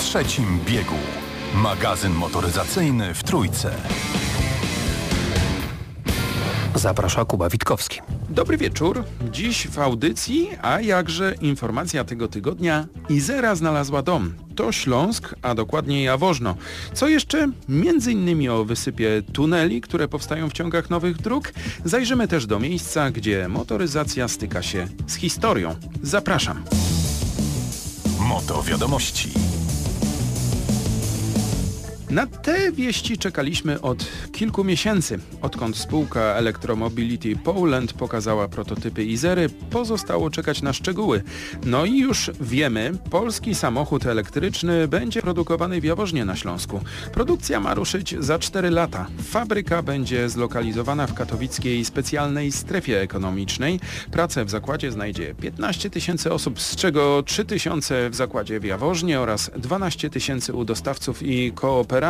trzecim biegu. Magazyn motoryzacyjny w Trójce. Zaprasza Kuba Witkowski. Dobry wieczór. Dziś w audycji, a jakże informacja tego tygodnia, Izera znalazła dom. To Śląsk, a dokładnie Jaworzno. Co jeszcze? Między innymi o wysypie tuneli, które powstają w ciągach nowych dróg. Zajrzymy też do miejsca, gdzie motoryzacja styka się z historią. Zapraszam. Moto Wiadomości. Na te wieści czekaliśmy od kilku miesięcy. Odkąd spółka Electromobility Poland pokazała prototypy Izery, pozostało czekać na szczegóły. No i już wiemy, polski samochód elektryczny będzie produkowany w Jaworznie na Śląsku. Produkcja ma ruszyć za 4 lata. Fabryka będzie zlokalizowana w katowickiej specjalnej strefie ekonomicznej. Pracę w zakładzie znajdzie 15 000 osób, z czego 3 000 w zakładzie w Jaworznie oraz 12 000 u dostawców i kooperantów.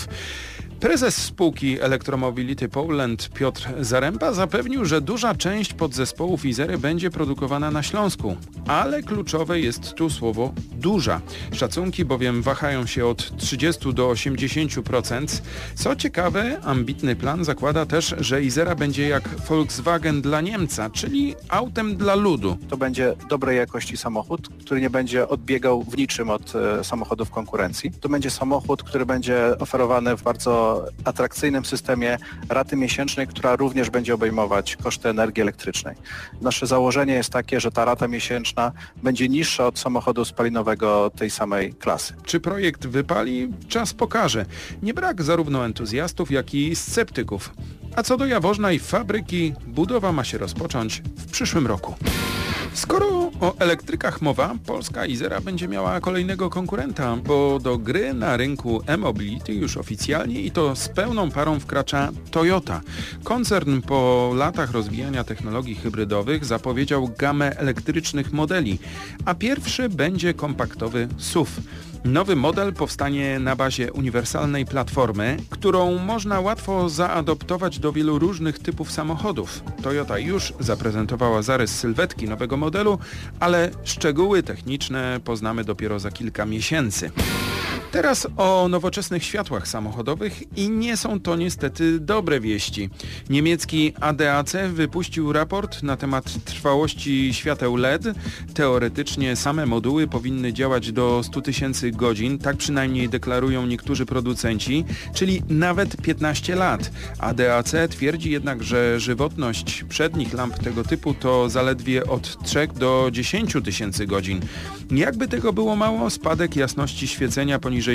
Prezes spółki Electromobility Poland Piotr Zaręba zapewnił, że duża część podzespołów Izery będzie produkowana na Śląsku, ale kluczowe jest tu słowo duża. Szacunki bowiem wahają się od 30 do 80%. Co ciekawe, ambitny plan zakłada też, że Izera będzie jak Volkswagen dla Niemca, czyli autem dla ludu. To będzie dobrej jakości samochód, który nie będzie odbiegał w niczym od samochodów konkurencji. To będzie samochód, który będzie oferowany w bardzo atrakcyjnym systemie raty miesięcznej, która również będzie obejmować koszty energii elektrycznej. Nasze założenie jest takie, że ta rata miesięczna będzie niższa od samochodu spalinowego tej samej klasy. Czy projekt wypali? Czas pokaże. Nie brak zarówno entuzjastów, jak i sceptyków. A co do Jaworzna i fabryki, budowa ma się rozpocząć w przyszłym roku. Skoro o elektrykach mowa, polska Izera będzie miała kolejnego konkurenta, bo do gry na rynku e-mobility już oficjalnie i to z pełną parą wkracza Toyota. Koncern po latach rozwijania technologii hybrydowych zapowiedział gamę elektrycznych modeli, a pierwszy będzie kompaktowy SUV. Nowy model powstanie na bazie uniwersalnej platformy, którą można łatwo zaadoptować do wielu różnych typów samochodów. Toyota już zaprezentowała zarys sylwetki nowego modelu, ale szczegóły techniczne poznamy dopiero za kilka miesięcy. Teraz o nowoczesnych światłach samochodowych i nie są to niestety dobre wieści. Niemiecki ADAC wypuścił raport na temat trwałości świateł LED. Teoretycznie same moduły powinny działać do 100 000 godzin, tak przynajmniej deklarują niektórzy producenci, czyli nawet 15 lat. ADAC twierdzi jednak, że żywotność przednich lamp tego typu to zaledwie od 3 do 10 000 godzin. Jakby tego było mało, spadek jasności świecenia poniżej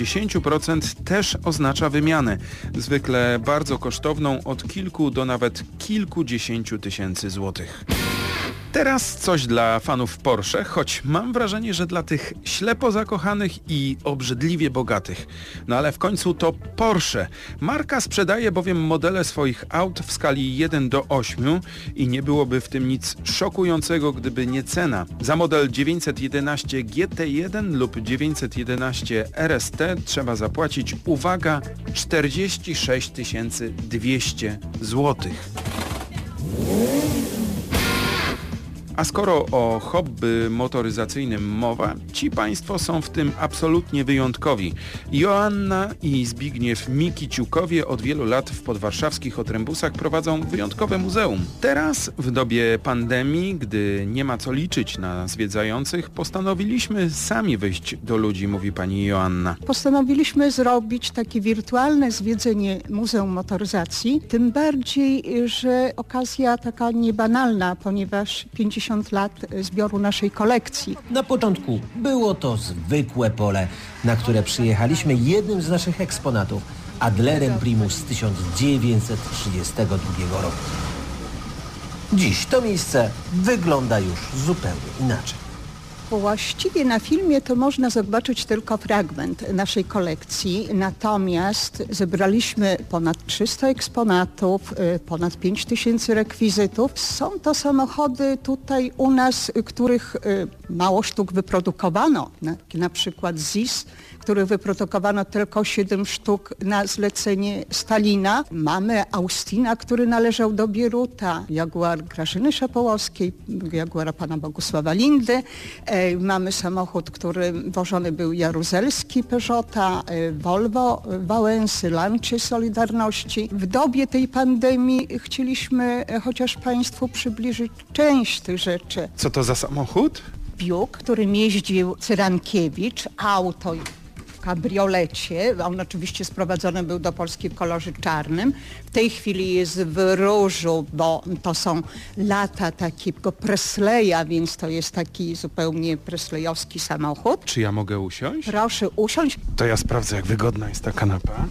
70% też oznacza wymianę, zwykle bardzo kosztowną, od kilku do nawet kilkudziesięciu tysięcy złotych. Teraz coś dla fanów Porsche, choć mam wrażenie, że dla tych ślepo zakochanych i obrzydliwie bogatych. No ale w końcu to Porsche. Marka sprzedaje bowiem modele swoich aut w skali 1 do 8 i nie byłoby w tym nic szokującego, gdyby nie cena. Za model 911 GT1 lub 911 RST trzeba zapłacić, uwaga, 46 200 złotych. A skoro o hobby motoryzacyjnym mowa, ci państwo są w tym absolutnie wyjątkowi. Joanna i Zbigniew Mikiciukowie od wielu lat w podwarszawskich Otrębusach prowadzą wyjątkowe muzeum. Teraz, w dobie pandemii, gdy nie ma co liczyć na zwiedzających, postanowiliśmy sami wyjść do ludzi, mówi pani Joanna. Postanowiliśmy zrobić takie wirtualne zwiedzenie Muzeum Motoryzacji, tym bardziej, że okazja taka niebanalna, ponieważ 50 lat zbioru naszej kolekcji. Na początku było to zwykłe pole, na które przyjechaliśmy jednym z naszych eksponatów, Adlerem Primus z 1932 roku. Dziś to miejsce wygląda już zupełnie inaczej. Właściwie na filmie to można zobaczyć tylko fragment naszej kolekcji, natomiast zebraliśmy ponad 300 eksponatów, ponad 5000 rekwizytów. Są to samochody tutaj u nas, których mało sztuk wyprodukowano, na przykład ZIS, których wyprodukowano tylko 7 sztuk na zlecenie Stalina. Mamy Austina, który należał do Bieruta, Jaguar Grażyny Szapołowskiej, Jaguara pana Bogusława Lindy, Mamy samochód, który wożony był jaruzelski Peugeota, Volvo, Wałęsy, Lancia Solidarności. W dobie tej pandemii chcieliśmy chociaż Państwu przybliżyć część tych rzeczy. Co to za samochód? Biuk, którym jeździł Cyrankiewicz, auto w kabriolecie. On oczywiście sprowadzony był do Polski w kolorze czarnym. W tej chwili jest w różu, bo to są lata takiego Presleya, więc to jest taki zupełnie presleyowski samochód. Czy ja mogę usiąść? Proszę usiąść. To ja sprawdzę, jak wygodna jest ta kanapa.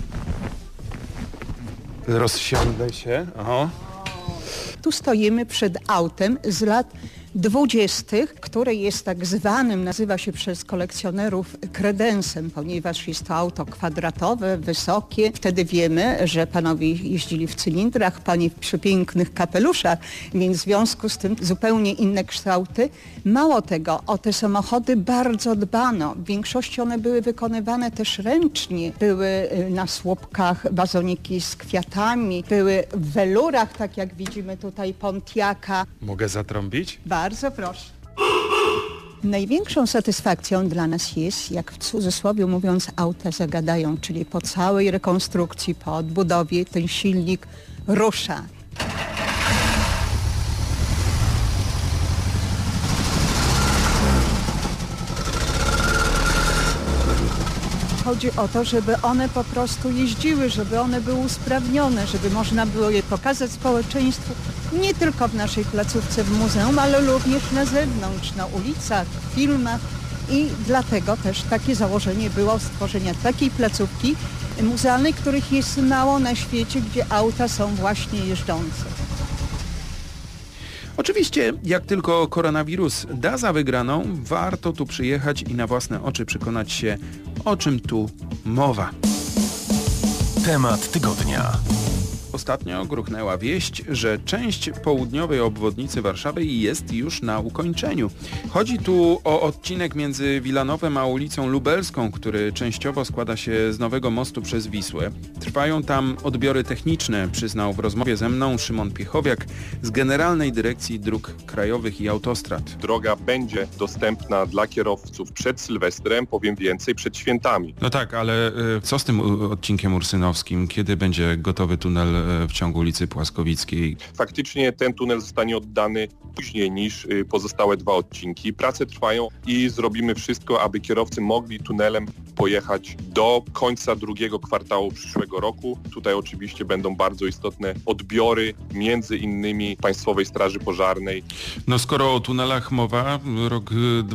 Rozsiądę się. O. Tu stoimy przed autem z lat 20., które jest tak zwanym, nazywa się przez kolekcjonerów kredensem, ponieważ jest to auto kwadratowe, wysokie. Wtedy wiemy, że panowie jeździli w cylindrach, panie w przepięknych kapeluszach, więc w związku z tym zupełnie inne kształty. Mało tego, o te samochody bardzo dbano. W większości one były wykonywane też ręcznie. Były na słupkach wazoniki z kwiatami, były w welurach, tak jak widzimy tutaj Pontiaca. Mogę zatrąbić? Bardzo proszę. Największą satysfakcją dla nas jest, jak w cudzysłowie mówiąc, auta zagadają, czyli po całej rekonstrukcji, po odbudowie ten silnik rusza. Chodzi o to, żeby one po prostu jeździły, żeby one były usprawnione, żeby można było je pokazać społeczeństwu nie tylko w naszej placówce w muzeum, ale również na zewnątrz, na ulicach, w filmach i dlatego też takie założenie było stworzenia takiej placówki muzealnej, których jest mało na świecie, gdzie auta są właśnie jeżdżące. Oczywiście, jak tylko koronawirus da za wygraną, warto tu przyjechać i na własne oczy przekonać się, o czym tu mowa. Temat tygodnia. Ostatnio gruchnęła wieść, że część południowej obwodnicy Warszawy jest już na ukończeniu. Chodzi tu o odcinek między Wilanowem a ulicą Lubelską, który częściowo składa się z nowego mostu przez Wisłę. Trwają tam odbiory techniczne, przyznał w rozmowie ze mną Szymon Piechowiak z Generalnej Dyrekcji Dróg Krajowych i Autostrad. Droga będzie dostępna dla kierowców przed Sylwestrem, powiem więcej, przed świętami. No tak, ale co z tym odcinkiem ursynowskim? Kiedy będzie gotowy tunel w ciągu ulicy Płaskowickiej? Faktycznie ten tunel zostanie oddany później niż pozostałe dwa odcinki. Prace trwają i zrobimy wszystko, aby kierowcy mogli tunelem pojechać do końca drugiego kwartału przyszłego roku. Tutaj oczywiście będą bardzo istotne odbiory, między innymi Państwowej Straży Pożarnej. No skoro o tunelach mowa, rok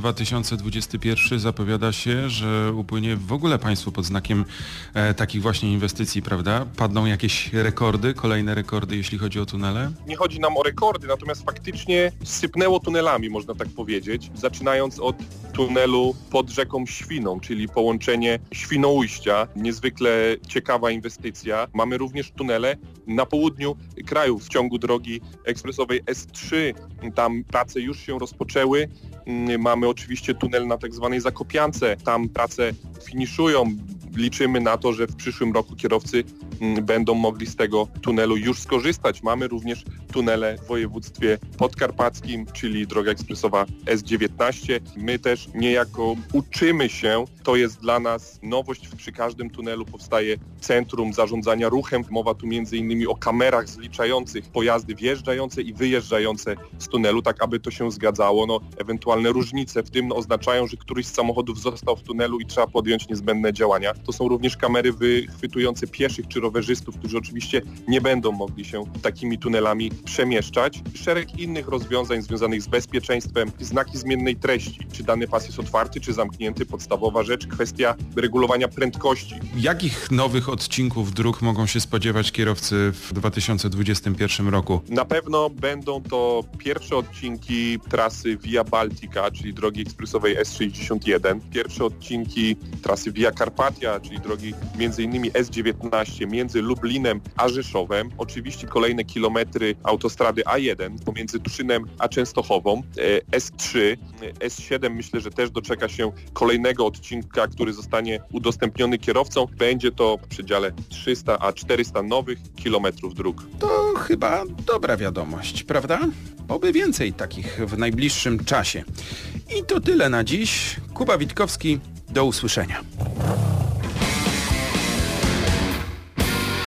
2021 zapowiada się, że upłynie w ogóle państwo pod znakiem takich właśnie inwestycji, prawda? Padną jakieś rekordy, kolejne rekordy, jeśli chodzi o tunele? Nie chodzi nam o rekordy, natomiast faktycznie sypnęło tunelami, można tak powiedzieć, zaczynając od tunelu pod rzeką Świną, czyli połączenie Świnoujścia, niezwykle ciekawa inwestycja. Mamy również tunele na południu kraju w ciągu drogi ekspresowej S3. Tam prace już się rozpoczęły. Mamy oczywiście tunel na tak zwanej Zakopiance. Tam prace finiszują. Liczymy na to, że w przyszłym roku kierowcy będą mogli z tego tunelu już skorzystać. Mamy również tunele w województwie podkarpackim, czyli droga ekspresowa S19. My też niejako uczymy się, to jest dla nas nowość, przy każdym tunelu powstaje centrum zarządzania ruchem. Mowa tu m.in. o kamerach zliczających pojazdy wjeżdżające i wyjeżdżające z tunelu, tak aby to się zgadzało. No, ewentualne różnice w tym taktują, że któryś z samochodów został w tunelu i trzeba podjąć niezbędne działania. To są również kamery wychwytujące pieszych czy rowerzystów, którzy oczywiście nie będą mogli się takimi tunelami przemieszczać. Szereg innych rozwiązań związanych z bezpieczeństwem, znaki zmiennej treści, czy dany pas jest otwarty, czy zamknięty, podstawowa rzecz, kwestia regulowania prędkości. Jakich nowych odcinków dróg mogą się spodziewać kierowcy w 2021 roku? Na pewno będą to pierwsze odcinki trasy Via Baltica, czyli drogi ekspresowej S61, pierwsze odcinki trasy Via Carpatia, czyli drogi m.in. S19 między Lublinem a Rzeszowem. Oczywiście kolejne kilometry autostrady A1 pomiędzy Tuszynem a Częstochową, S3, S7 myślę, że też doczeka się kolejnego odcinka, który zostanie udostępniony kierowcom. Będzie to w przedziale 300 a 400 nowych kilometrów dróg. To chyba dobra wiadomość, prawda? Oby więcej takich w najbliższym czasie. I to tyle na dziś. Kuba Witkowski, do usłyszenia.